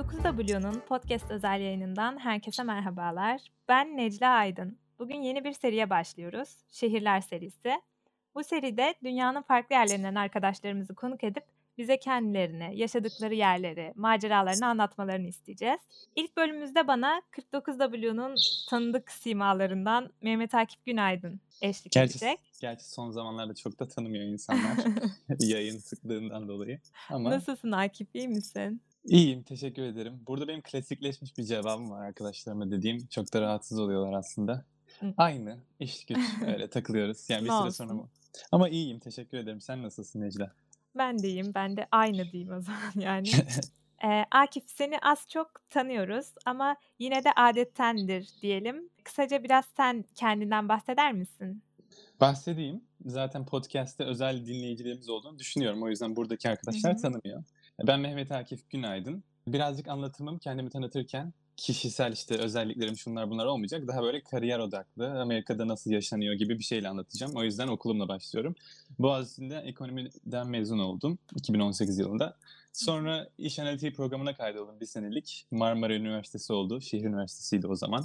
49W'nun podcast özel yayınından herkese merhabalar. Ben Necla Aydın. Bugün yeni bir seriye başlıyoruz. Şehirler serisi. Bu seride dünyanın farklı yerlerinden arkadaşlarımızı konuk edip bize kendilerini, yaşadıkları yerleri, maceralarını anlatmalarını isteyeceğiz. İlk bölümümüzde bana 49W'nun tanıdık simalarından Mehmet Akif Günaydın eşlik edecek. Gerçi son zamanlarda çok da tanımıyor insanlar yayın sıklığından dolayı. Ama Nasılsın Akif, iyi misin? iyiyim, teşekkür ederim. Burada benim klasikleşmiş bir cevabım var arkadaşlarıma dediğim. Çok da rahatsız oluyorlar aslında. Aynı, iş güç, öyle takılıyoruz. Yani bir Ne süre sonra olsun. mı? Ama iyiyim, teşekkür ederim. Sen nasılsın Necla? Ben de iyiyim. Ben de aynı diyeyim o zaman yani. Akif, seni az çok tanıyoruz ama yine de adettendir diyelim. Kısaca biraz sen kendinden bahseder misin? Bahsedeyim. Zaten podcast'te özel dinleyicilerimiz olduğunu düşünüyorum. O yüzden buradaki Hı arkadaşlar hı. tanımıyor. Ben Mehmet Akif Günaydın. Birazcık anlatımım kendimi tanıtırken kişisel işte özelliklerim şunlar bunlar olmayacak. Daha böyle kariyer odaklı, Amerika'da nasıl yaşanıyor gibi bir şeyle anlatacağım. O yüzden okulumla başlıyorum. Boğaziçi'nde ekonomiden mezun oldum 2018 yılında. Sonra iş analitiği programına kaydoldum bir senelik. Marmara Üniversitesi oldu. Şehir Üniversitesi'ydi o zaman.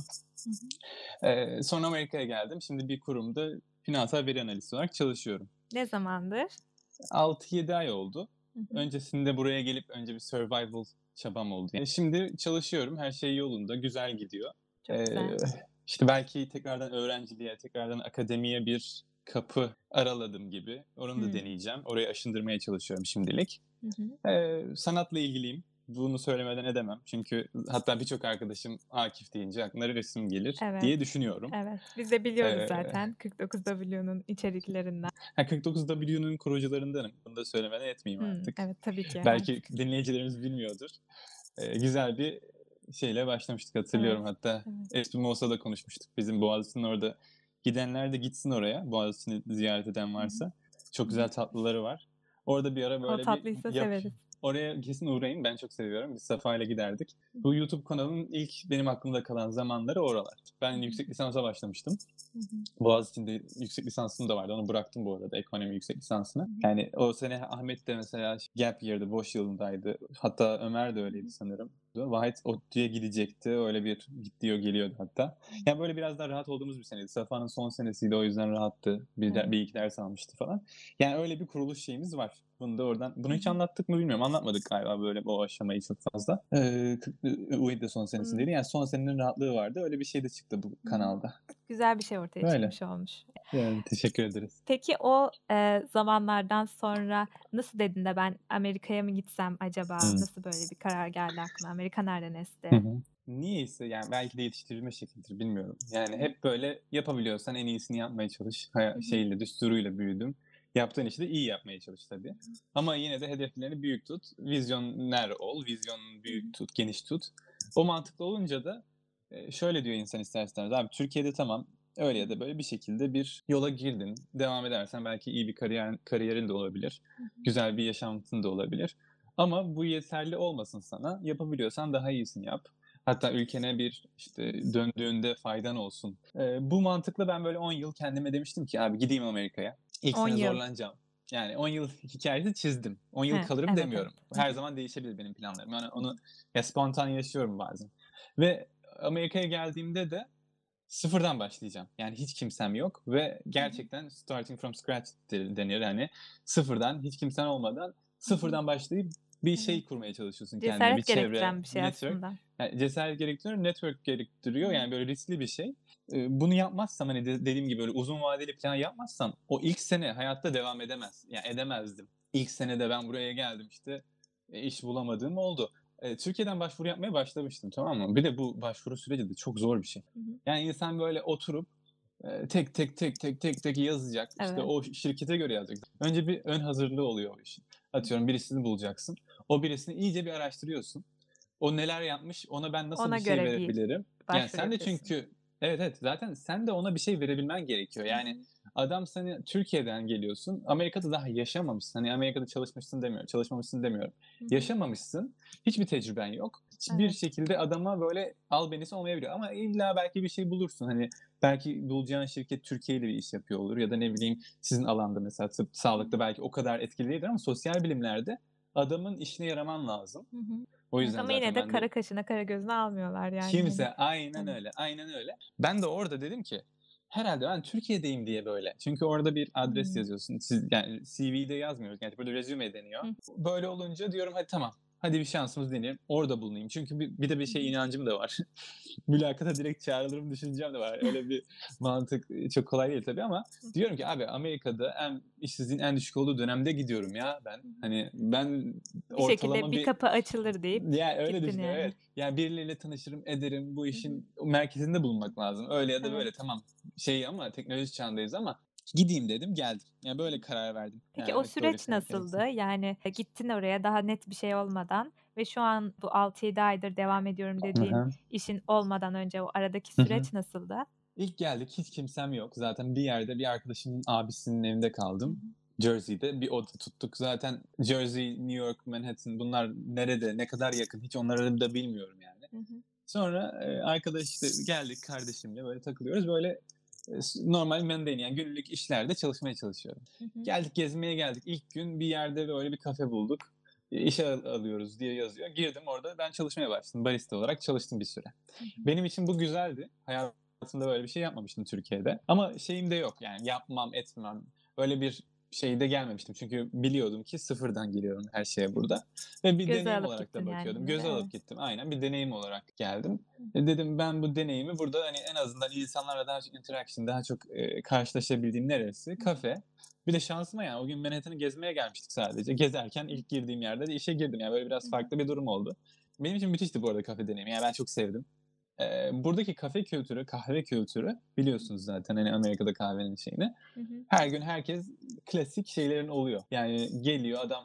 Sonra Amerika'ya geldim. Şimdi bir kurumda finansal veri analisti olarak çalışıyorum. Ne zamandır? 6-7 ay oldu. Hı hı. Öncesinde buraya gelip önce bir survival çabam oldu. Yani şimdi çalışıyorum, her şey yolunda, güzel gidiyor. Çok güzel. İşte belki tekrardan öğrenciliğe, tekrardan akademiye bir kapı araladım gibi. Onu da deneyeceğim. Oraya aşındırmaya çalışıyorum şimdilik. Hı hı. Sanatla ilgiliyim. Bunu söylemeden edemem. Çünkü hatta birçok arkadaşım Akif deyince aklına resim gelir Evet. diye düşünüyorum. Evet. Biz de biliyoruz Ee, zaten 49W'nun içeriklerinden. 49W'nun kurucularındanım. Bunu da söylemeden etmeyeyim artık. Evet, tabii ki. Belki dinleyicilerimiz bilmiyordur. Güzel bir şeyle başlamıştık hatırlıyorum. Evet. Hatta Evet. Esprimosa'da da konuşmuştuk. Bizim Boğaziçi'nin orada gidenler de gitsin oraya. Boğaziçi'ni ziyaret eden varsa. Çok güzel tatlıları var. Orada bir ara O böyle bir tatlıysa severiz. Oraya kesin uğrayın. Ben çok seviyorum. Biz Safa ile giderdik. Bu YouTube kanalının ilk benim aklımda kalan zamanları oralar. Ben yüksek lisansa başlamıştım. Boğaziçi'nde yüksek lisansım da vardı. Onu bıraktım bu arada, ekonomi yüksek lisansını. Yani o sene Ahmet de mesela gap year'dı, boş yılındaydı. Hatta Ömer de öyleydi sanırım. Vahit ODTÜ'ye gidecekti. Öyle bir gidiyor geliyordu hatta. Yani böyle biraz daha rahat olduğumuz bir seneydi. Safa'nın son senesiydi, o yüzden rahattı. Bir iki ders almıştı falan. Yani öyle bir kuruluş şeyimiz var. Bunu hiç anlattık mı bilmiyorum. Anlatmadık galiba böyle o aşamayı çok fazla. UED de son senesindeydi. Yani son senenin rahatlığı vardı. Öyle bir şey de çıktı bu kanalda. Güzel bir şey ortaya Öyle. çıkmış olmuş. Yani teşekkür ederiz. Peki o zamanlardan sonra nasıl dedin de ben Amerika'ya mı gitsem acaba? Nasıl böyle bir karar geldi aklına? Amerika nereden esti? Niyeyse yani belki de yetiştirilme şeklidir bilmiyorum. Yani hep böyle yapabiliyorsan en iyisini yapmaya çalış. Düsturuyla büyüdüm. Yaptığın işi de iyi yapmaya çalış tabii. Ama yine de hedeflerini büyük tut. Vizyoner ol. Vizyonunu büyük tut, geniş tut. O mantıklı olunca da şöyle diyor insan ister istemez. Abi Türkiye'de tamam öyle ya da böyle bir şekilde bir yola girdin. Devam edersen belki iyi bir kariyerin de olabilir. Güzel bir yaşantın da olabilir. Ama bu yeterli olmasın sana. Yapabiliyorsan daha iyisini yap. Hatta ülkene bir işte döndüğünde faydan olsun. Bu mantıkla ben böyle 10 yıl kendime demiştim ki abi gideyim Amerika'ya. İlk 10 sene yıl. zorlanacağım. Yani 10 yıl hikayesi çizdim. 10 yıl He, kalırım evet demiyorum. evet. Her zaman değişebilir benim planlarım. Yani onu ya spontan yaşıyorum bazen. Ve Amerika'ya geldiğimde de sıfırdan başlayacağım. Yani hiç kimsem yok ve gerçekten starting from scratch denir. Yani sıfırdan, hiç kimsen olmadan sıfırdan başlayıp bir şey kurmaya çalışıyorsun kendine. Bir Cesaret çevre, gerektiren bir bir şey network. aslında. Yani cesaret gerektiriyor, network gerektiriyor. Yani böyle riskli bir şey. Bunu yapmazsam hani dediğim gibi böyle uzun vadeli plan yapmazsam o ilk sene hayatta devam edemez. Yani edemezdim. İlk senede ben buraya geldim işte iş bulamadığım oldu. Türkiye'den başvuru yapmaya başlamıştım, tamam mı? Bir de bu başvuru süreci de çok zor bir şey. Yani insan böyle oturup tek yazacak. İşte Evet. o şirkete göre yazacak. Önce bir ön hazırlığı oluyor o işin. Atıyorum birisini bulacaksın. O birisini iyice bir araştırıyorsun. O neler yapmış, ona ben nasıl Ona bir şey göre bir verebilirim? Yani başvuru sen de yapıyorsun. çünkü evet zaten sen de ona bir şey verebilmen gerekiyor. Yani adam seni Türkiye'den geliyorsun. Amerika'da daha yaşamamışsın. Hani Amerika'da çalışmışsın demiyorum. Çalışmamışsın demiyorum. Yaşamamışsın. Hiçbir tecrüben yok. Hiçbir Evet. şekilde adama böyle albenisi olmayabilir. Ama illa belki bir şey bulursun. Hani belki bulacağın şirket Türkiye ile bir iş yapıyor olur. Ya da ne bileyim sizin alanda mesela tıp, sağlıkta belki o kadar etkili değildir ama sosyal bilimlerde adamın işine yaraman lazım. Hı hı. O Evet, yüzden ama yine zaten de ben de kara kaşına kara gözüne almıyorlar yani, hani. kimse aynen Evet. öyle, aynen öyle. Ben de orada dedim ki herhalde ben Türkiye'deyim diye böyle. Çünkü orada bir adres Hımm. yazıyorsun. Yani CV'de yazmıyoruz. Yani burada resume deniyor. Hı Böyle olunca diyorum hadi tamam. Hadi bir şansımız deneyelim. Orada bulunayım. Çünkü bir de bir hı. şey Hı. inancım da var. Mülakata direkt çağrılırım düşüncem de var. Öyle bir mantık çok kolay değil tabii ama Hı hı. diyorum ki abi Amerika'da işsizliğin en düşük olduğu dönemde gidiyorum ya ben. Hı hı. Hani ben Bir şekilde ortalama bir bir kapı açılır deyip yani öyle gittin düşünüyorum yani. evet. Yani birileriyle tanışırım, ederim. Bu Hı hı. işin merkezinde bulunmak lazım. Öyle ya da Evet. böyle tamam şey ama teknoloji çağındayız ama gideyim dedim geldim. Yani böyle karar verdim. Peki o Yani hep böyle süreç karar gereksin. nasıldı? Yani, gittin oraya daha net bir şey olmadan ve şu an bu 6-7 aydır devam ediyorum Hı dediğin hı. işin olmadan önce o aradaki Hı hı. süreç nasıldı? İlk geldik hiç kimsem yok. Zaten bir yerde bir arkadaşımın abisinin evinde Hı kaldım. hı. Jersey'de bir oda tuttuk. Zaten Jersey, New York, Manhattan bunlar nerede, ne kadar yakın hiç onları da bilmiyorum yani. Hı hı. Sonra arkadaş işte geldik kardeşimle böyle takılıyoruz. Böyle normal mundane yani günlük işlerde çalışmaya çalışıyorum. Hı hı. Geldik gezmeye geldik. İlk gün bir yerde böyle bir kafe bulduk. İşe alıyoruz diye yazıyor. Girdim orada ben çalışmaya başladım. Barista olarak çalıştım bir süre. Hı hı. Benim için bu güzeldi. Hayatımda böyle bir şey yapmamıştım Türkiye'de. Ama şeyim de yok yani yapmam etmem. Öyle bir şeyde gelmemiştim. Çünkü biliyordum ki sıfırdan geliyorum her şeye Hı hı. burada. Ve bir Göze deneyim alıp olarak da gittin yani bakıyordum. yine de, Göze evet. alıp gittim. Aynen bir deneyim olarak geldim. Hı hı. Dedim ben bu deneyimi burada hani en azından insanlarla daha çok interaction, daha çok karşılaşabildiğim neresi? Hı hı. Kafe. Bir de şansıma yani o gün Manhattan'ı gezmeye gelmiştik sadece. Gezerken ilk girdiğim yerde de işe girdim. Yani böyle Hı biraz hı. farklı bir durum oldu. Benim için müthişti bu arada kafe deneyimi. Yani ben çok sevdim. Buradaki kafe kültürü, kahve kültürü biliyorsunuz zaten hani Amerika'da kahvenin şeyini. Hı hı. Her gün herkes klasik şeylerin oluyor. Yani geliyor adam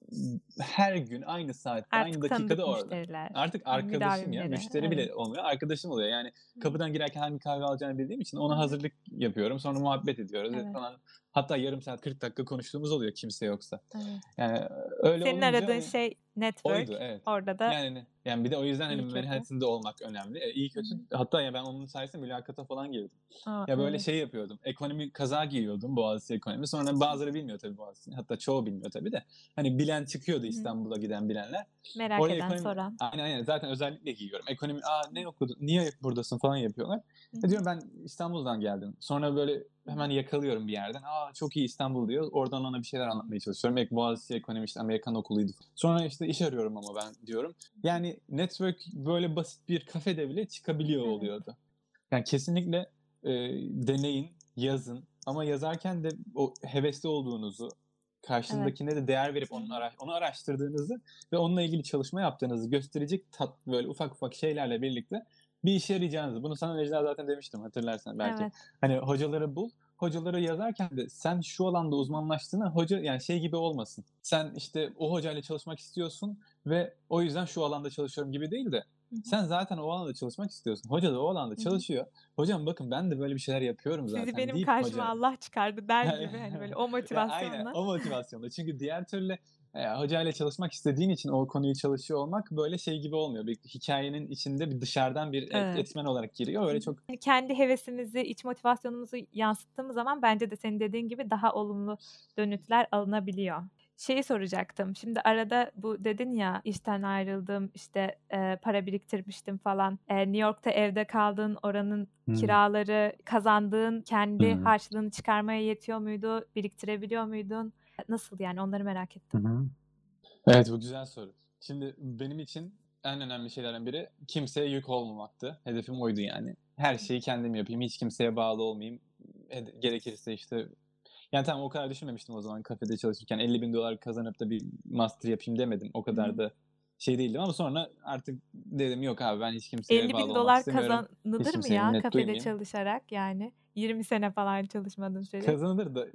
her gün aynı saatte, aynı Artık tanıdık dakikada orada. müşteriler, Artık arkadaşım ya, müdavimleri, müşteri evet. bile olmuyor, arkadaşım oluyor. Yani Hı hı. kapıdan girerken hangi kahve alacağını bildiğim için Hı ona hı. hazırlık yapıyorum. Sonra muhabbet ediyoruz Evet, falan. Hatta yarım saat, 40 dakika konuştuğumuz oluyor kimse yoksa. evet. Yani öyle Senin olunca aradığın hani şey network, oydu, evet. orada da Yani bir de o yüzden hani iyi kötü. Manhattan'da olmak önemli. İyi Hı kötü hı. hatta ya ben onun sayesinde mülakata falan girdim. A, Ya böyle evet. şey yapıyordum. Ekonomi kazağı giyiyordum Boğaziçi ekonomi. Sonra bazıları bilmiyor tabii Boğaziçi'ni. Hatta çoğu bilmiyor tabii de. Hani bilen çıkıyordu Hı hı. İstanbul'a giden bilenler. Merak Oraya eden, ekonomi soran. aynen zaten özellikle giyiyorum. Ekonomi ne okudun? Niye buradasın falan yapıyorlar. Hı hı. Diyorum ben İstanbul'dan geldim. Sonra böyle Hı hemen hı. yakalıyorum bir yerden. Çok iyi İstanbul diyor. Oradan ona bir şeyler Hı hı. anlatmaya çalışıyorum. Boğaziçi ekonomi işte Amerikan okuluydu. Sonra işte iş arıyorum ama ben diyorum. Yani network böyle basit bir kafede bile çıkabiliyor Evet, oluyordu. Yani kesinlikle deneyin, yazın ama yazarken de o hevesli olduğunuzu, evet. karşındakine de değer verip Hı hı. onu araştırdığınızı ve onunla ilgili çalışma yaptığınızı gösterecek böyle ufak ufak şeylerle birlikte bir işe yarayacağınızı. Bunu sana Necla zaten demiştim hatırlarsan belki. Evet. Hani hocaları bul, hocaları yazarken de sen şu alanda Hı hı. uzmanlaştığını hoca yani şey gibi olmasın. Sen işte o hocayla çalışmak istiyorsun ve o yüzden şu alanda çalışıyorum gibi değil de Hı hı. sen zaten o alanda çalışmak istiyorsun. Hoca da o alanda Hı hı. çalışıyor. Hocam bakın ben de böyle bir şeyler yapıyorum Sizi zaten benim deyip karşıma hoca Allah çıkardı der gibi, hani, böyle o ya aynen motivasyonla. o motivasyonda. Çünkü diğer türlü hocayla çalışmak istediğin için o konuyu çalışıyor olmak böyle şey gibi olmuyor. Bir hikayenin içinde bir dışarıdan bir Evet. etmen olarak giriyor. Hı Öyle hı. çok Hani, kendi hevesimizi, iç motivasyonumuzu yansıttığımız zaman bence de senin dediğin gibi daha olumlu dönütler alınabiliyor. Şeyi soracaktım, şimdi arada bu dedin ya, "İşten ayrıldım, işte, para biriktirmiştim." falan. New York'ta evde kaldın, oranın Hımm. kiraları, kazandığın kendi Hımm. harçlığını çıkarmaya yetiyor muydu? Biriktirebiliyor muydun? Nasıl yani? Onları merak Hı ettim. hı. Evet, bu güzel soru. Şimdi benim için en önemli şeylerden biri kimseye yük olmamaktı. Hedefim oydu yani. Her şeyi kendim yapayım, hiç kimseye bağlı olmayayım. Gerekirse işte yani tamam o kadar düşünmemiştim o zaman kafede çalışırken. $50.000 kazanıp da bir master yapayım demedim. O Hı kadar hı. da şey değildim ama sonra artık dedim yok abi ben hiç kimseye bağlı olmak $50.000 istemiyorum. Hiç kazanılır mı kimseye ya minnet kafede duymayayım. çalışarak yani? 20 sene falan çalışmadığın süre. Kazanılır da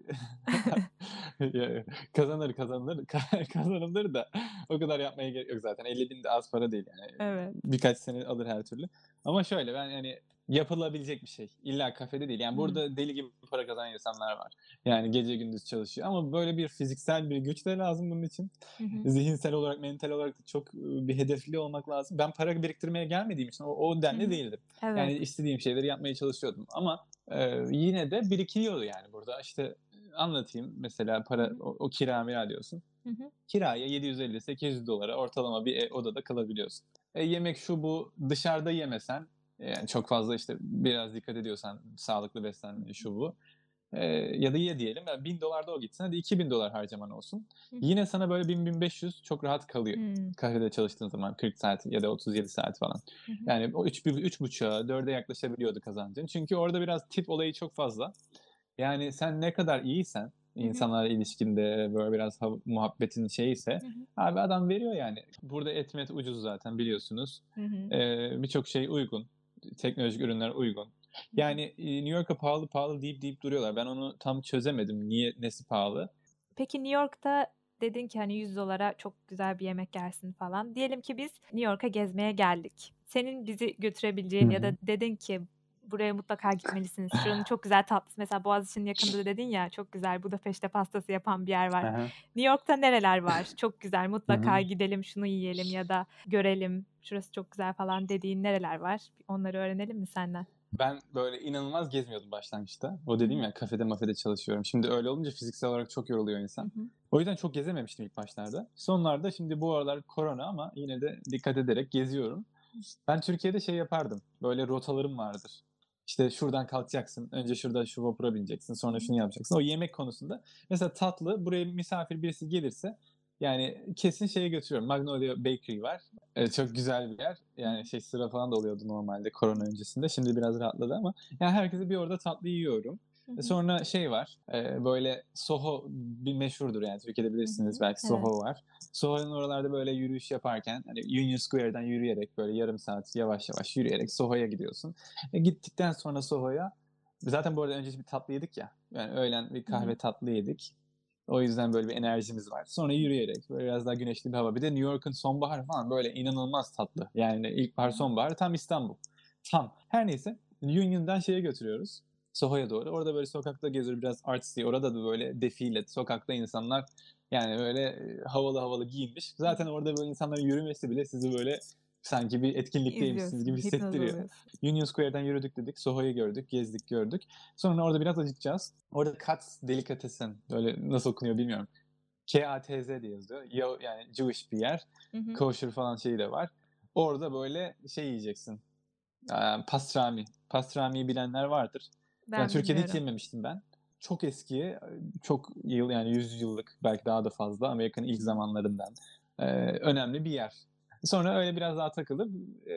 Ya, kazanılır kazanılır da o kadar yapmaya gerek yok zaten. 50.000 de az para değil yani. Evet. Birkaç sene alır her türlü. Ama şöyle ben yani yapılabilecek bir şey. İlla kafede değil. Yani Hımm. burada deli gibi para kazanan insanlar var. Yani gece gündüz çalışıyor ama böyle bir fiziksel bir güç de lazım bunun için. Hı hı. Zihinsel olarak, mental olarak da çok, bir hedefli olmak lazım. Ben para biriktirmeye gelmediğim için o Hı denli hı. değildim. Evet. Yani istediğim şeyleri yapmaya çalışıyordum ama, yine de birikiyordu yani burada. İşte, anlatayım mesela Hı para hı. o kira mira diyorsun. Hı hı. Kiraya 750-800 dolara ortalama bir odada kalabiliyorsun. Yemek şu bu dışarıda yemesen, yani çok fazla işte biraz dikkat ediyorsan sağlıklı Hı beslenmeye hı. şu bu, ya da ye diyelim, yani $1000 da o gitsin, hadi $2000 harcaman olsun. Hı hı. Yine sana böyle 1000-1500 çok rahat kalıyor. Hımm. Kafede çalıştığın zaman 40 saat ya da 37 saat falan. Hı hı. Yani o 3.5'a 4'e yaklaşabiliyordu kazancın. Çünkü orada biraz tip olayı çok fazla. Yani sen ne kadar iyiysen, Hı hı. insanlarla ilişkinde böyle biraz muhabbetin şeyiyse, Hı hı. abi adam veriyor yani. Burada et met ucuz zaten biliyorsunuz. Hı hı. Birçok şey uygun. Teknolojik ürünler uygun. Hı hı. Yani New York'a pahalı pahalı deyip duruyorlar. Ben onu tam çözemedim. Niye, nesi pahalı? Peki New York'ta dedin ki, hani, $100'a çok güzel bir yemek yersin falan. Diyelim ki biz New York'a gezmeye geldik. Senin bizi Hı götürebileceğin ya da hı. dedin ki, "Buraya mutlaka gitmelisiniz. Şuranın çok güzel tatlısı." Mesela Boğaziçi'nin yakında dedin ya, "Çok güzel Budapeşte pastası yapan bir yer var." Hı hı. New York'ta nereler var? Çok güzel, Hı mutlaka hı. gidelim, şunu yiyelim ya da görelim, şurası çok güzel falan dediğin nereler var? Onları öğrenelim mi senden? Ben böyle inanılmaz gezmiyordum başlangıçta. O Hı dediğim hı. ya, kafede mafede çalışıyorum. Şimdi öyle olunca fiziksel olarak çok yoruluyor Hı insan. hı. O yüzden çok gezememiştim ilk başlarda. Sonlarda şimdi bu aralar korona ama yine de dikkat ederek geziyorum. Ben Türkiye'de şey yapardım. Böyle rotalarım vardır. İşte şuradan kalkacaksın. Önce şurada şu vapura bineceksin. Hı Sonra hı. şunu yapacaksın. O yemek konusunda. Mesela tatlı. Buraya misafir birisi gelirse yani kesin şeye götürüyorum. Magnolia Bakery var. Çok güzel bir yer. Hı hı. Yani şey, sıra falan da oluyordu normalde korona öncesinde. Şimdi biraz rahatladı ama yani herkese bir orada tatlı yiyorum. Hı hı. Sonra şey var. Böyle Soho bir meşhurdur yani, Türkiye'de Hı bilirsiniz hı. belki, Evet. Soho var. Soho'nun oralarda böyle yürüyüş yaparken hani Union Square'dan yürüyerek böyle yarım saat yavaş yavaş yürüyerek Soho'ya gidiyorsun. Gittikten sonra Soho'ya, zaten bu arada önce bir tatlı yedik ya. Yani öğlen bir Hı hı. kahve tatlı yedik. O yüzden böyle bir enerjimiz var. Sonra yürüyerek böyle biraz daha güneşli bir hava. Bir de New York'un sonbaharı falan böyle inanılmaz tatlı. Yani Hı ilkbahar hı. sonbaharı tam İstanbul. Tam. Her neyse Union'dan şeye götürüyoruz. Soho'ya doğru. Orada böyle sokakta geziyor, biraz artsy. Orada da böyle defile, sokakta insanlar yani böyle havalı havalı giyinmiş. Hı Zaten hı. orada böyle insanların yürümesi bile sizi böyle sanki bir etkinlikteymişsiniz gibi İzliyorsun, hipnoz hissettiriyor. oluyorsun. Union Square'dan yürüdük dedik. Soho'yu gördük, gezdik gördük. Sonra orada biraz acıkacağız. Orada Katz Delicatessen, böyle nasıl okunuyor bilmiyorum. Katz diye yazıyor. Yani Jewish bir yer. Hı hı. Kosher falan şeyi de var. Orada böyle şey yiyeceksin. Pastrami. Pastrami'yi bilenler vardır. Yani Ben Türkiye'de hiç bilmiyorum. yememiştim ben. Çok eski, çok yıl, yani 100 yıllık belki daha da fazla, Amerika'nın Hı ilk hı. zamanlarından önemli bir yer. Sonra öyle biraz daha takılıp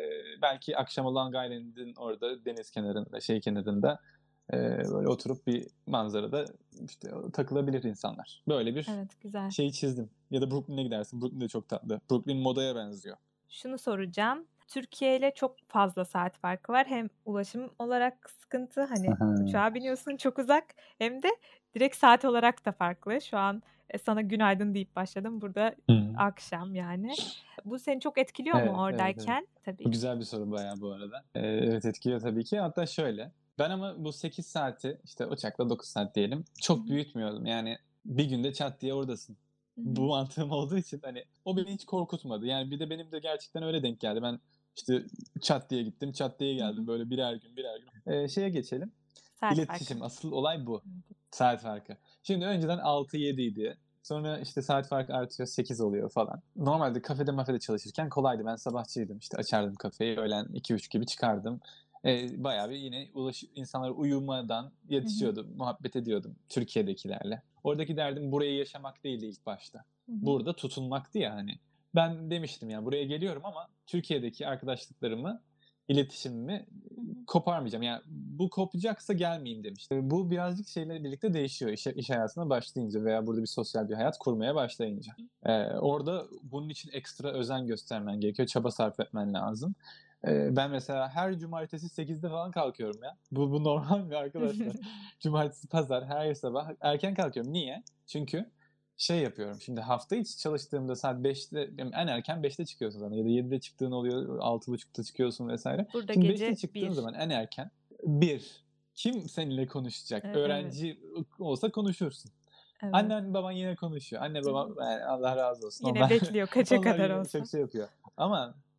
belki akşam Long Island'in orada deniz kenarında, şey kenarında böyle oturup bir manzarada işte takılabilir insanlar. Böyle bir Evet, güzel. şeyi çizdim. Ya da Brooklyn'e gidersin. Brooklyn de çok tatlı. Brooklyn modaya benziyor. Şunu soracağım. Türkiye ile çok fazla saat farkı var. Hem ulaşım olarak sıkıntı, Hı hani, hı. uçağa biniyorsun çok uzak hem de direkt saat olarak da farklı. Şu an, sana günaydın deyip başladım. Burada Hı hı. akşam yani. Bu seni çok etkiliyor mu Evet, evet, evet. oradayken? Bu Tabii. güzel bir soru bayağı bu arada. Evet, etkiliyor tabii ki. Hatta şöyle, ben ama bu 8 saati, işte uçakla 9 saat diyelim, Hı çok hı. büyütmüyordum. Yani bir günde çat diye oradasın. Hı Bu hı. mantığım olduğu için hani o beni hiç korkutmadı. Yani bir de benim de gerçekten öyle denk geldi. Ben işte çat diye gittim, çat diye Hı geldim. hı. Böyle birer gün, birer gün. Şeye geçelim. Saat farkı. İletişim, asıl olay bu. Hı hı. Saat farkı. Şimdi önceden 6-7 idi. Sonra işte saat farkı artıyor, 8 oluyor falan. Normalde kafede mafede çalışırken kolaydı. Ben sabahçıydım. İşte açardım kafeyi. Öğlen 2-3 gibi çıkardım. Bayağı bir yine insanlar uyumadan Hı hı. yetişiyordum. Muhabbet ediyordum Türkiye'dekilerle. Oradaki derdim burayı yaşamak değildi ilk başta. Hı hı. Burada tutunmaktı ya hani. Ben demiştim yani buraya geliyorum ama Türkiye'deki arkadaşlıklarımı, iletişimimi Hı hı. koparmayacağım. Yani bu kopacaksa gelmeyeyim demiştim. Bu birazcık şeyle birlikte değişiyor iş hayatına başlayınca veya burada bir sosyal bir hayat kurmaya başlayınca. Orada bunun için ekstra özen göstermen gerekiyor. Çaba sarf etmen lazım. Ben mesela her cumartesi 8'de falan kalkıyorum ya. Bu normal mi arkadaşlar? Cumartesi, pazar her sabah erken kalkıyorum. Niye? Çünkü şey yapıyorum. Şimdi hafta içi çalıştığımda saat 5'te, yani en erken 5'te çıkıyorsun zaten ya da 7'de çıktığın oluyor, 6.30'da çıkıyorsun vesaire. Burada Şimdi 5'te gece çıktığın 1. zaman en erken bir, kim seninle konuşacak? Evet, Öğrenci olsa konuşursun. evet. Annen baban yine konuşuyor. Anne Hı babam hı. Allah razı olsun. Yine Onlar bekliyor kaça onlar kadar yine çok olsa. şey yapıyor. Ama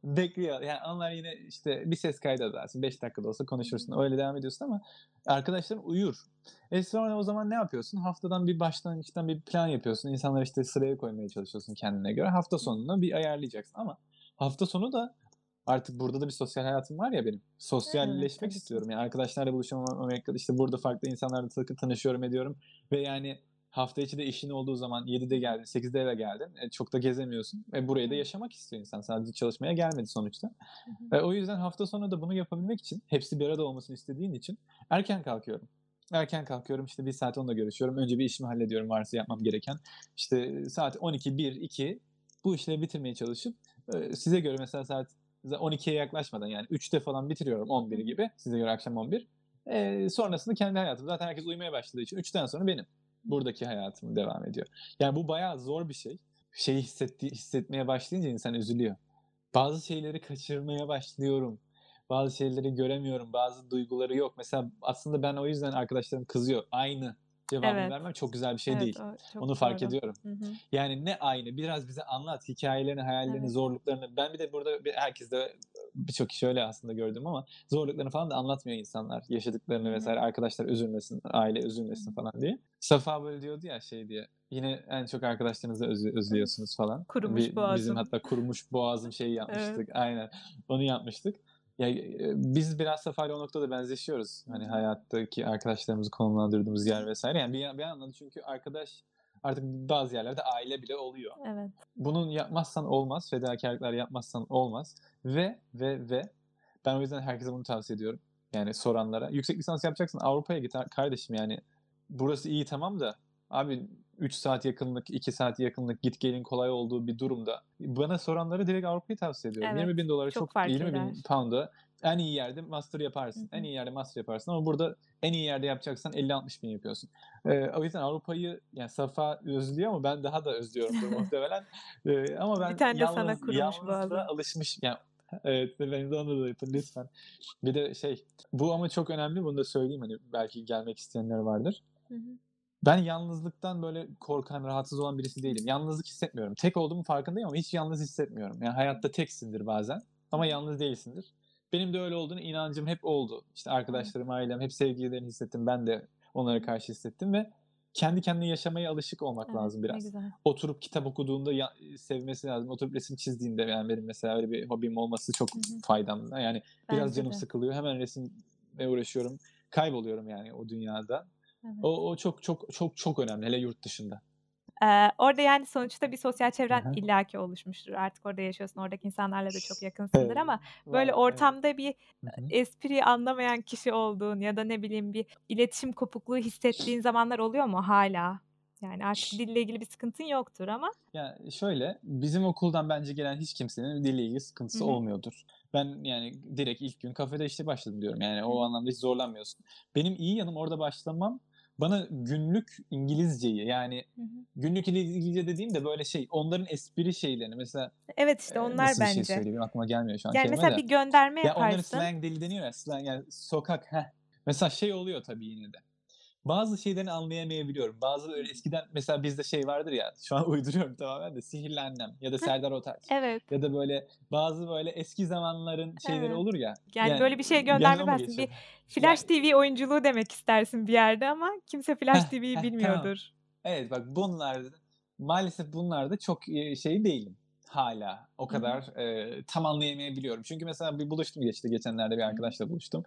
bekliyor. Yani onlar yine işte bir ses kaydı edersin. 5 dakika da olsa Hı hı. konuşursun. Öyle devam ediyorsun ama arkadaşların uyur. Sonra o zaman ne yapıyorsun? Haftadan bir başlangıçtan bir plan yapıyorsun. İnsanları işte sıraya koymaya çalışıyorsun kendine göre. Hafta Hı hı. sonunu bir ayarlayacaksın ama hafta sonu da artık burada da bir sosyal hayatım var ya benim. Evet, Sosyalleşmek tabii ki. istiyorum. Yani arkadaşlarla buluşamam, Amerika'da işte burada farklı insanlarla tanışıyorum ediyorum ve yani hafta içi de işin olduğu zaman Hı 7'de hı. geldin, 8'de eve geldin. Çok da gezemiyorsun. Burayı da Evet. yaşamak istiyor insan. Sadece çalışmaya gelmedi sonuçta. Hı hı. O yüzden hafta sonu da bunu yapabilmek için, hepsi bir arada olmasını istediğin için erken kalkıyorum. Erken kalkıyorum, işte 1 saat onunla görüşüyorum. Önce bir işimi hallediyorum varsa yapmam gereken. İşte saat 12, 1, 2 bu işleri bitirmeye çalışıp size göre mesela saat 12'ye yaklaşmadan yani 3'te falan bitiriyorum Hı 11 hı. gibi. Size göre akşam 11. Sonrasında kendi hayatım. Zaten herkes uyumaya başladığı için 3'ten sonra benim. Hı hı. Buradaki hayatım devam ediyor. Yani bu bayağı zor bir şey. Şeyi hissetmeye başlayınca insan üzülüyor. Bazı şeyleri kaçırmaya başlıyorum. Bazı şeyleri göremiyorum. Bazı duyguları yok. Mesela aslında ben o yüzden arkadaşlarım kızıyor. Aynı cevabını Evet. vermem çok güzel bir şey Evet, değil. o çok Onu fark doğru. ediyorum. Hı hı. Yani ne aynı? Biraz bize anlat. Hikayelerini, hayallerini, Evet. zorluklarını. Ben bir de burada herkes de birçok kişi öyle aslında gördüm ama zorluklarını falan da anlatmıyor insanlar. Hı Yaşadıklarını hı. vesaire. Arkadaşlar üzülmesin, aile Hı üzülmesin hı. falan diye. Safa böyle diyordu ya şey diye. Yine en çok arkadaşlarınızı özlüyorsunuz falan. Kurumuş Bizim boğazım. hatta kurumuş boğazım şeyi Evet. yapmıştık. Aynen. Onu yapmıştık. Ya, biz biraz Safa'yla o noktada benzeşiyoruz. Hı Hani hı. hayattaki arkadaşlarımızı konumlandırdığımız Hı yer hı. vesaire. Yani bir anlamda çünkü arkadaş artık bazı yerlerde aile bile oluyor. Evet. Bunun yapmazsan olmaz. Fedakarlıklar yapmazsan olmaz. Ve ben o yüzden herkese bunu tavsiye ediyorum. Yani soranlara. Yüksek lisans yapacaksın Avrupa'ya git kardeşim yani. Burası iyi tamam da abi 3 saat yakınlık, 2 saat yakınlık git gelin kolay olduğu bir durumda. Bana soranlara direkt Avrupa'yı tavsiye ediyorum. Evet. 20.000 dolara Çok çok fark 20.000 eder. pound'a en iyi yerde master Hı yaparsın. En hı. iyi yerde master yaparsın ama burada en iyi yerde yapacaksan 50-60 bin yapıyorsun. O yüzden Avrupa'yı yani Safa özlüyor ama ben daha da özlüyorumdur muhtemelen. Ama Bir ben tane de sana kurumuş yalnızlığa boğazım. alışmış. Yani, evet, beni de onunla da yapın lütfen. Bir de bu ama çok önemli. Bunu da söyleyeyim hani belki gelmek isteyenler vardır. Hı hı. Ben yalnızlıktan böyle korkan, rahatsız olan birisi değilim. Yalnızlık hissetmiyorum. Tek olduğumun farkındayım ama hiç yalnız hissetmiyorum. Yani hayatta teksindir bazen Hı ama hı. yalnız değilsindir. Benim de öyle olduğunu inancım hep oldu. İşte Evet. arkadaşlarım, ailem hep sevgilerini hissettim. Ben de Hı onlara hı. karşı hissettim ve kendi kendine yaşamaya alışık olmak Evet, lazım ne biraz. güzel. Oturup kitap okuduğunda sevmesi lazım. Oturup resim çizdiğinde yani benim mesela öyle bir hobim olması çok Hı hı. faydamda. Yani biraz Bence canım de. sıkılıyor. Hemen resimle uğraşıyorum. Kayboluyorum yani o dünyada. Evet. O çok çok çok çok önemli hele yurt dışında. Orada, yani, sonuçta bir sosyal Hı çevren hı. illaki oluşmuştur. Artık orada yaşıyorsun, oradaki insanlarla da çok yakınsındır Evet, ama böyle var, evet. ortamda bir, Hı hı. espriyi anlamayan kişi olduğun ya da ne bileyim bir iletişim kopukluğu hissettiğin zamanlar oluyor mu hâlâ? Yani artık dille ilgili bir sıkıntın yoktur ama. Ya, şöyle, bizim okuldan bence gelen hiç kimsenin dille ilgili Hı sıkıntısı hı. olmuyordur. Ben, yani, direkt ilk gün kafede işe başladım diyorum. Yani, Hı o hı. anlamda hiç zorlanmıyorsun. Benim iyi yanım orada başlamam, bana günlük İngilizceyi, yani, Hı hı. günlük İngilizce dediğim de böyle onların espri şeylerini mesela, Evet, işte onlar nasıl bir şey bence. söyleyeyim aklıma gelmiyor şu an Yani, kelime mesela de. bir gönderme Ya, onların yaparsın. slang dili deniyor ya, slang yani sokak, Mesela oluyor tabii yine de. Bazı şeylerini anlayamayabiliyorum. Bazı Hı böyle hı. eskiden mesela bizde vardır ya, şu an uyduruyorum tamamen de Sihirli Annem ya da Hıh, Serdar Ortaç evet, ya da böyle bazı böyle eski zamanların şeyleri evet. olur ya, Yani, yani böyle bir şeye gönderme yanıma mı yaparsın. geçiyor? Bir Ya Flash TV oyunculuğu demek istersin bir yerde ama kimse Flash TV'yi tamam. bilmiyordur. Evet, bak maalesef bunlarda çok, değilim hâlâ. O Hı hı. kadar, tam anlayamayabiliyorum. Çünkü mesela bir buluştum geçenlerde bir Hı hı. arkadaşla buluştum.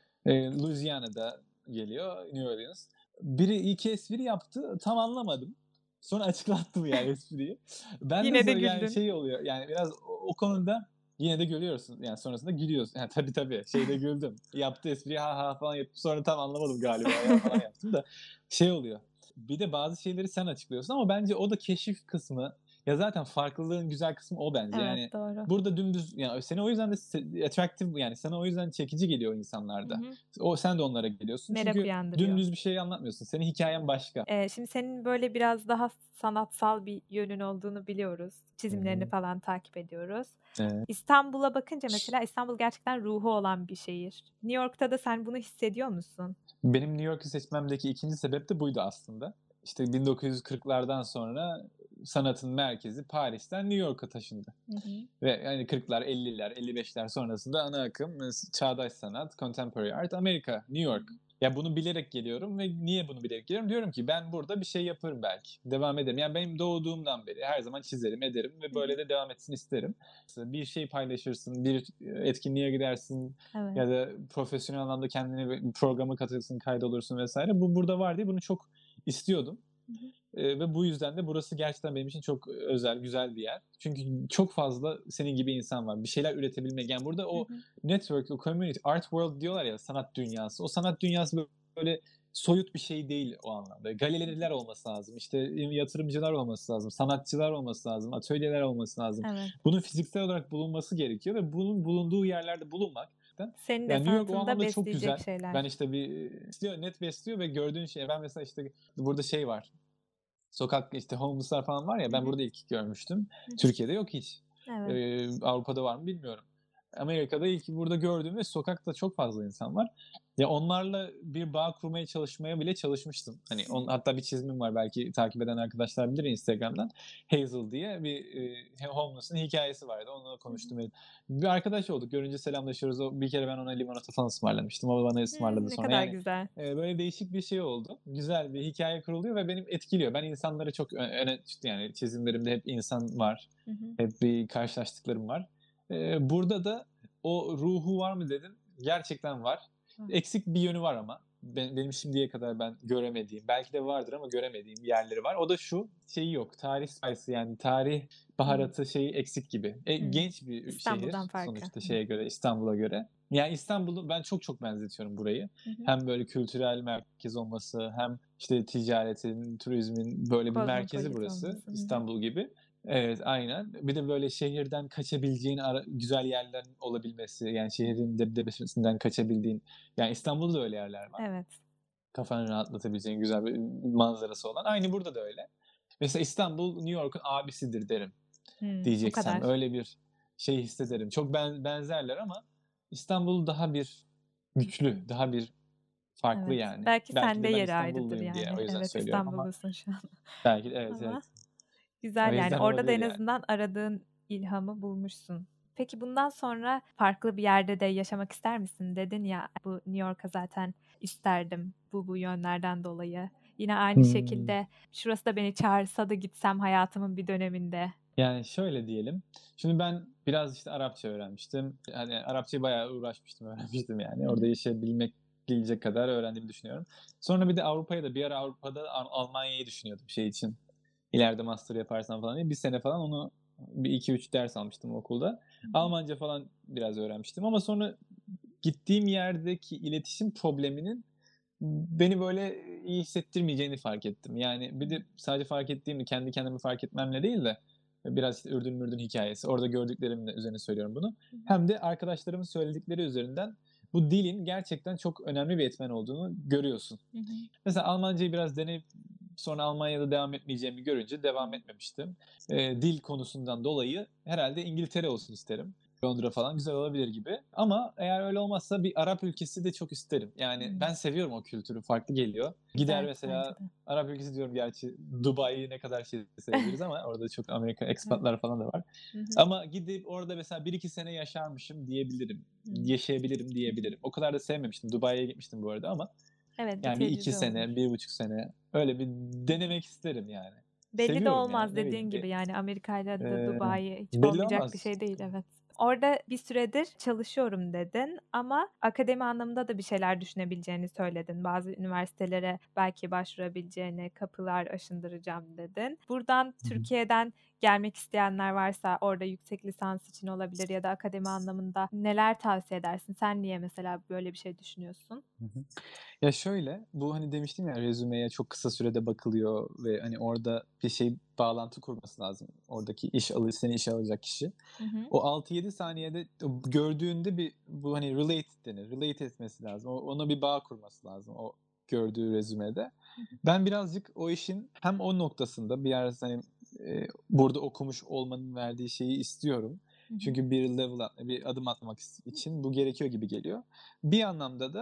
Louisiana'da geliyor, New Orleans. Biri 2 espri yaptı, tam anlamadım. Sonra açıklattım yani espriyi. Ben de Yine de yani güldün. oluyor, yani biraz o konuda yine de gülüyorsun. Yani sonrasında gülüyorsun. Yani tabii, güldüm. Yaptığı espriyi ha ha falan yaptım. Sonra tam anlamadım galiba ya falan yaptım da oluyor. Bir de bazı şeyleri sen açıklıyorsun ama bence o da keşif kısmı. Ya zaten farklılığın güzel kısmı o bence. Evet, Yani doğru. burada dümdüz yani seni o yüzden de attractive yani sana o yüzden çekici geliyor Hı insanlarda. hı. Sen de onlara geliyorsun. Merak Çünkü uyandırıyor. dümdüz bir şey anlatmıyorsun. Senin hikayen başka. Şimdi senin böyle biraz daha sanatsal bir yönün olduğunu biliyoruz. Hı Çizimlerini hı. falan takip ediyoruz. Evet. İstanbul'a bakınca mesela İstanbul gerçekten ruhu olan bir şehir. New York'ta da sen bunu hissediyor musun? Benim New York'u seçmemdeki ikinci sebep de buydu aslında. İşte 1940'lardan sonra sanatın merkezi Paris'ten New York'a taşındı. Hı hı. Ve yani 40'lar, 50'ler, 55'ler sonrasında ana akım çağdaş sanat, contemporary art Amerika, New York. Ya bunu bilerek geliyorum ve niye bunu bilerek geliyorum? Diyorum ki ben burada bir şey yaparım belki. Devam ederim. Yani benim doğduğumdan beri her zaman çizerim, ederim ve böyle de devam etsin isterim. Bir şey paylaşırsın, bir etkinliğe gidersin Evet. ya da profesyonel anlamda kendini bir programa katılırsın, kaydolursun vesaire. Bu burada var diye bunu çok istiyordum. Ve bu yüzden de burası gerçekten benim için çok özel, güzel bir yer. Çünkü çok fazla senin gibi insan var. Bir şeyler üretebilmek. Yani burada o network, o community, art world diyorlar ya, sanat dünyası. O sanat dünyası böyle soyut bir şey değil o anlamda. Galeriler olması lazım. İşte yatırımcılar olması lazım. Sanatçılar olması lazım. Atölyeler olması lazım. Evet. Bunun fiziksel olarak bulunması gerekiyor ve bunun bulunduğu yerlerde bulunmak. Senin de Yani New York o sanatında anlamda çok besleyecek güzel. şeyler. Ben işte net besliyor ve gördüğün şey. Ben mesela işte burada şey var. Sokak işte homeless'lar falan var ya, ben burada ilk görmüştüm. Türkiye'de yok hiç. Evet. Avrupa'da var mı bilmiyorum. Amerika'da ilk burada gördüğüm ve sokakta çok fazla insan var. Ya onlarla bir bağ kurmaya çalışmaya bile çalışmıştım. Hani hatta bir çizimim var, belki takip eden arkadaşlar bilir Instagram'dan. Hazel diye bir homeless'ın hikayesi vardı. Onunla konuştum. Bir arkadaş olduk. Görünce selamlaşıyoruz. Bir kere ben ona limonata falan ısmarlamıştım. O bana ısmarladı Ne sonra. kadar Yani güzel. böyle değişik bir şey oldu. Güzel bir hikaye kuruluyor ve benim etkiliyor. Ben insanları çok öne yani çizimlerimde hep insan var. Hep bir karşılaştıklarım var. Burada da o ruhu var mı dedin? Gerçekten var. Eksik bir yönü var ama. Benim şimdiye kadar ben göremediğim, belki de vardır ama göremediğim yerleri var. O da şu, şeyi yok. Tarih sayısı, yani tarih baharatı şeyi eksik gibi. Genç bir İstanbul'dan şehir farkı. sonuçta şeye göre, İstanbul'a göre. Yani İstanbul'u ben çok benzetiyorum burayı. Hem böyle kültürel merkez olması, hem işte ticaretin, turizmin böyle bir merkezi Kozmopolit burası, olması. İstanbul gibi. Evet, aynen. Bir de böyle şehirden kaçabileceğin güzel yerlerin olabilmesi, yani şehrin debdebesinden kaçabildiğin. Yani İstanbul'da da öyle yerler var. Evet. Kafanı rahatlatabileceğin güzel bir manzarası olan. Aynı burada da öyle. Mesela İstanbul New York'un abisidir derim O diyeceksem. kadar. Öyle bir şey hissederim. Çok benzerler ama İstanbul daha bir güçlü, daha bir farklı Evet. yani. Belki Belki sende de ben yeri ayrıdır İstanbulluyum diye yani. o yüzden Evet, söylüyorum ama İstanbullusun şu an. belki de evet, Ama evet. O güzel yani. yüzden Orada da olabilir en yani. azından aradığın ilhamı bulmuşsun. Peki bundan sonra farklı bir yerde de yaşamak ister misin? Dedin ya, bu New York'a zaten isterdim bu yönlerden dolayı. Yine aynı şekilde şurası da beni çağırsa da gitsem hayatımın bir döneminde. Yani şöyle diyelim. Şimdi ben biraz işte Arapça öğrenmiştim. Hani Arapçayı bayağı uğraşmıştım, öğrenmiştim yani. Orada yaşayabilmek gelecek kadar öğrendiğimi düşünüyorum. Sonra bir de bir ara Avrupa'da Almanya'yı düşünüyordum şey için. İleride master yaparsam falan diye. Bir sene falan onu bir iki üç ders almıştım okulda. Almanca falan biraz öğrenmiştim ama sonra gittiğim yerdeki iletişim probleminin beni böyle iyi hissettirmeyeceğini fark ettim. Yani bir de sadece fark ettiğimde kendi kendimi fark etmemle değil de biraz işte Ürdün Mürdün hikayesi. Orada gördüklerimin üzerine söylüyorum bunu. Hem de arkadaşlarımın söyledikleri üzerinden bu dilin gerçekten çok önemli bir etmen olduğunu görüyorsun. Mesela Almancayı biraz deneyip sonra Almanya'da devam etmeyeceğimi görünce devam etmemiştim. Dil konusundan dolayı herhalde İngiltere olsun isterim. Londra falan güzel olabilir gibi. Ama eğer öyle olmazsa bir Arap ülkesi de çok isterim. Yani ben seviyorum o kültürü. Farklı geliyor. Gider Güzel bence mesela de. Arap ülkesi diyorum, gerçi Dubai'yi ne kadar şey sevebiliriz ama orada çok Amerika ekspatlar falan da var. Ama gidip orada mesela bir iki sene yaşarmışım diyebilirim. Yaşayabilirim diyebilirim. O kadar da sevmemiştim. Dubai'ye gitmiştim bu arada ama Evet, bir yani bir iki tecrübe olur. sene, 1,5 sene öyle bir denemek isterim yani. Belli de Seviyorum ya, olmaz ne bileyim dediğin gibi yani Amerika'yla da eee, Dubai hiç belli olmayacak bir olmaz. şey değil, evet. Orada bir süredir çalışıyorum dedin ama akademi anlamında da bir şeyler düşünebileceğini söyledin. Bazı üniversitelere belki başvurabileceğini, kapılar aşındıracağım dedin. Buradan Türkiye'den gelmek isteyenler varsa orada yüksek lisans için olabilir ya da akademi anlamında neler tavsiye edersin? Sen niye mesela böyle bir şey düşünüyorsun? Hı hı. Ya şöyle, bu hani demiştim ya, rezümeye çok kısa sürede bakılıyor ve hani orada bir şey bağlantı kurması lazım. Oradaki seni işe alacak kişi. Hı hı. O 6-7 saniyede gördüğünde bu hani relate denir. Relate etmesi lazım. Ona bir bağ kurması lazım o gördüğü rezümede. Ben birazcık o işin hem o noktasında bir yer hani burada okumuş olmanın verdiği şeyi istiyorum. Çünkü bir adım atmak için bu gerekiyor gibi geliyor. Bir anlamda da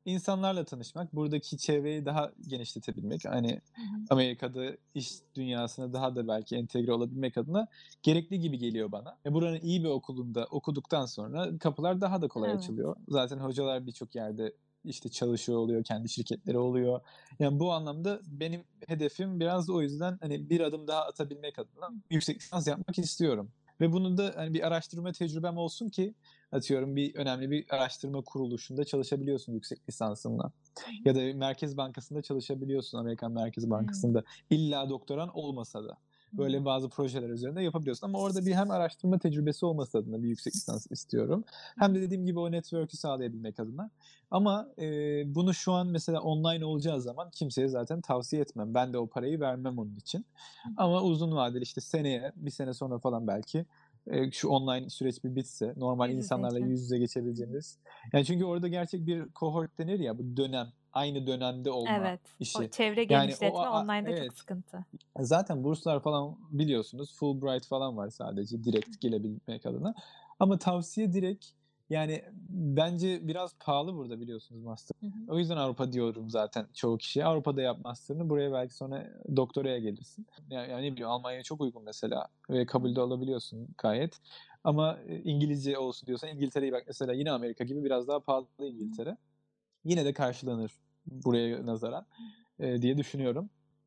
insanlarla tanışmak, buradaki çevreyi daha genişletebilmek, hani Amerika'da iş dünyasına daha da belki entegre olabilmek adına gerekli gibi geliyor bana. Buranın iyi bir okulunda okuduktan sonra kapılar daha da kolay Evet. açılıyor. Zaten hocalar birçok yerde işte çalışıyor oluyor, kendi şirketleri oluyor. Yani bu anlamda benim hedefim biraz da o yüzden hani bir adım daha atabilmek adına yüksek lisans yapmak istiyorum. Ve bunu da hani bir araştırma tecrübem olsun ki atıyorum bir önemli bir araştırma kuruluşunda çalışabiliyorsun yüksek lisansınla. Ya da Merkez Bankası'nda çalışabiliyorsun, Amerikan Merkez Bankası'nda. İlla doktoran olmasa da. Böyle bazı projeler üzerinde yapabiliyorsun. Ama orada bir hem araştırma tecrübesi olması adına bir yüksek lisans istiyorum. Hem de dediğim gibi o network'ü sağlayabilmek adına. Ama bunu şu an mesela online olacağı zaman kimseye zaten tavsiye etmem. Ben de o parayı vermem onun için. Ama uzun vadeli işte seneye, bir sene sonra falan belki şu online süreç bir bitse, normal Yüz yüze insanlarla için. yüz yüze geçebileceğimiz. Yani çünkü orada gerçek bir cohort denir ya, bu dönem, aynı dönemde olma Evet. O işi. çevre Yani genişletme online'da çok evet. sıkıntı. Zaten burslar falan biliyorsunuz. Fulbright falan var sadece direkt gelebilmek adına. Ama tavsiye direkt yani bence biraz pahalı burada biliyorsunuz master. O yüzden Avrupa diyorum zaten çoğu kişiye. Avrupa'da yap master'ını, buraya belki sonra doktoraya gelirsin. Yani ne bileyim, Almanya çok uygun mesela ve kabul de alabiliyorsun gayet. Ama İngilizce olsun diyorsan İngiltere'yi bak mesela, yine Amerika gibi biraz daha pahalı İngiltere. Yine de karşılanır buraya nazaran diye düşünüyorum.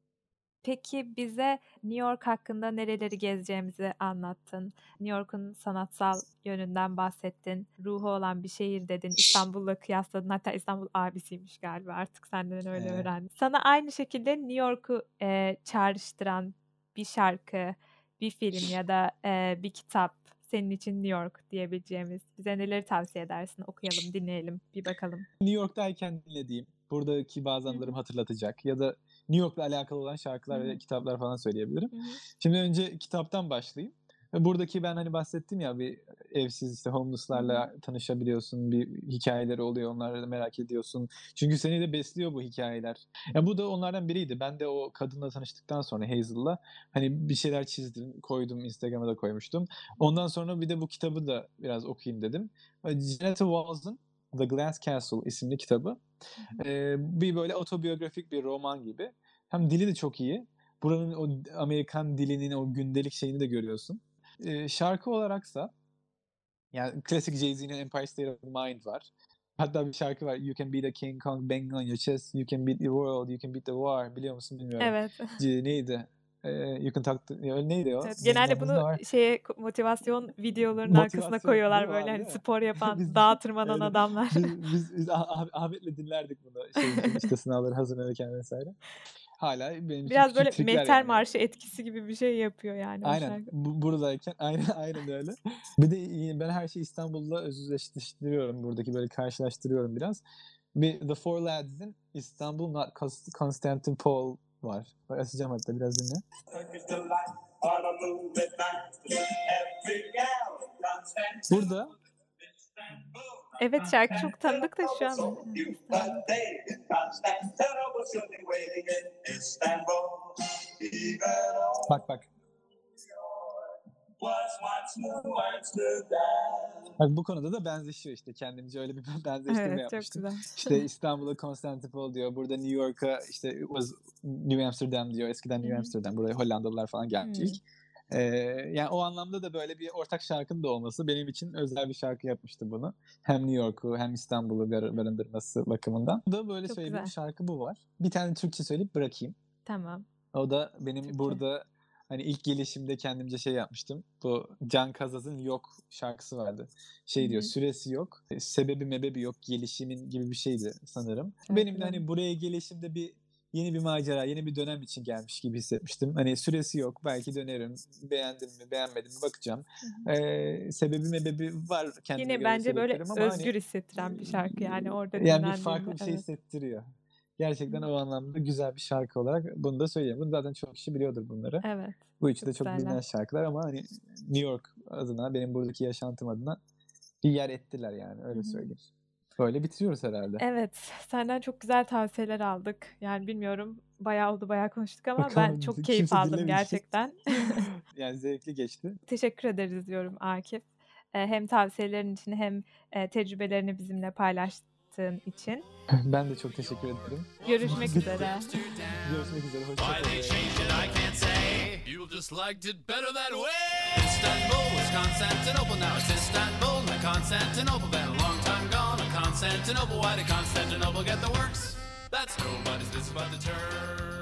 Peki bize New York hakkında nereleri gezeceğimizi anlattın. New York'un sanatsal yönünden bahsettin. Ruhu olan bir şehir dedin. İstanbul'la kıyasladın. Hatta İstanbul abisiymiş galiba. Artık senden öyle Ee, öğrendim. Sana aynı şekilde New York'u çağrıştıran bir şarkı, bir film ya da bir kitap senin için New York diyebileceğimiz. Bize neleri tavsiye edersin? Okuyalım, dinleyelim, bir bakalım. New York'tayken dinlediğim, buradaki bazı Hı hı, anılarımı hatırlatacak ya da New York'la alakalı olan hı şarkılar ve hı, kitaplar falan söyleyebilirim. hı hı, Şimdi önce kitaptan başlayayım. Buradaki ben hani bahsettim ya, bir evsiz işte hı hı. homeless'larla tanışabiliyorsun, bir hikayeleri oluyor, onları da merak ediyorsun. Çünkü seni de besliyor bu hikayeler. Ya bu da onlardan biriydi. Ben de o kadınla tanıştıktan sonra, Hazel'la, hani bir şeyler çizdim, koydum, Instagram'a da koymuştum. Ondan sonra bir de bu kitabı da biraz okuyayım dedim. Janet Walls'ın The Glass Castle isimli kitabı. Bir böyle otobiyografik bir roman gibi. Hem dili de çok iyi. Buranın o Amerikan dilinin o gündelik şeyini de görüyorsun. Şarkı olaraksa yani klasik Jay-Z'nin Empire State of Mind var. Hatta bir şarkı var. You can beat a King Kong banging on your chest. You can beat the world. You can beat the war. Biliyor musun bilmiyorum. Evet. Neydi? You can talk to... Neydi o? Evet, Banging genelde on the bunu war. motivasyon videolarının arkasına Motivasyon değil koyuyorlar mi böyle abi, hani değil mi? spor yapan, Biz dağa tırmanan öyle adamlar. biz Ahmet'le dinlerdik bunu şey için, işte sınavları hazırlanırken vesaire. Hala benim için Biraz küçük böyle trikler Mehter yani. Marşı etkisi gibi bir şey yapıyor yani o Aynen şarkı. buradayken aynen öyle. Bir de ben her şeyi İstanbul'la özdeşleştiriyorum. Buradaki böyle karşılaştırıyorum biraz. Bir The Four Lads'in İstanbul Not Constantinople var. Bak açacağım hatta, biraz dinle. Burada Evet, şarkı çok tanıdık da şu an İstanbul. bak. Bak bu konuda da benzeşiyor işte, kendimce öyle bir benzeştirme Evet, çok yapmıştım. güzel. İşte İstanbul'a Constantinople diyor. Burada New York'a işte it was New Amsterdam diyor. Eskiden Hı New hı. Amsterdam. Buraya Hollandalılar falan gelmiş ilk. Hımm. Yani o anlamda da böyle bir ortak şarkının da olması benim için özel bir şarkı yapmıştı bunu. Hem New York'u hem İstanbul'u barındırması bakımından. Bu da böyle Çok söylediğim güzel. şarkı bu var. Bir tane Türkçe söyleyip bırakayım. Tamam. O da benim Türkçe. burada hani ilk gelişimde kendimce şey yapmıştım. Bu Can Kazaz'ın Yok şarkısı vardı. Hı Şey diyor, hı. süresi yok, sebebi mebebi yok, gelişimin gibi bir şeydi sanırım. Benim de Hatırladım. hani buraya gelişimde yeni bir macera, yeni bir dönem için gelmiş gibi hissetmiştim. Hani süresi yok, belki dönerim, beğendim mi beğenmedim mi bakacağım. Hı hı. Sebebi mebebi var kendime Yine göre bence böyle sebeplerim ama hani özgür hissettiren bir şarkı yani orada yani bir farklı dinlendiğinde. bir şey Evet. hissettiriyor. Hı Gerçekten hı. o anlamda güzel bir şarkı olarak bunu da söyleyeyim. Bunu zaten çok kişi biliyordur bunları. Evet. Bu üçü Çok de çok güzeller. bilinen şarkılar ama hani New York adına, benim buradaki yaşantım adına bir yer ettiler yani, Hı öyle hı. söyleyeyim. Böyle bitiriyoruz herhalde. Evet, senden çok güzel tavsiyeler aldık. Yani bilmiyorum, bayağı oldu, bayağı konuştuk ama ben Bakalım, çok keyif kimse aldım dinlemeyecek. gerçekten. Yani zevkli geçti. Teşekkür ederiz diyorum Akif. Hem tavsiyelerin için hem tecrübelerini bizimle paylaştın. anlattığın için. Ben de çok teşekkür ederim. Görüşmek üzere. Görüşmek üzere. Why they Hoşçakalın. changed it, I can't say. You just liked it better that way. Istanbul was Constantinople, now it's Istanbul, not Constantinople. Been a long time gone, Constantinople. Why did Constantinople get the works? That's nobody's business but the turn.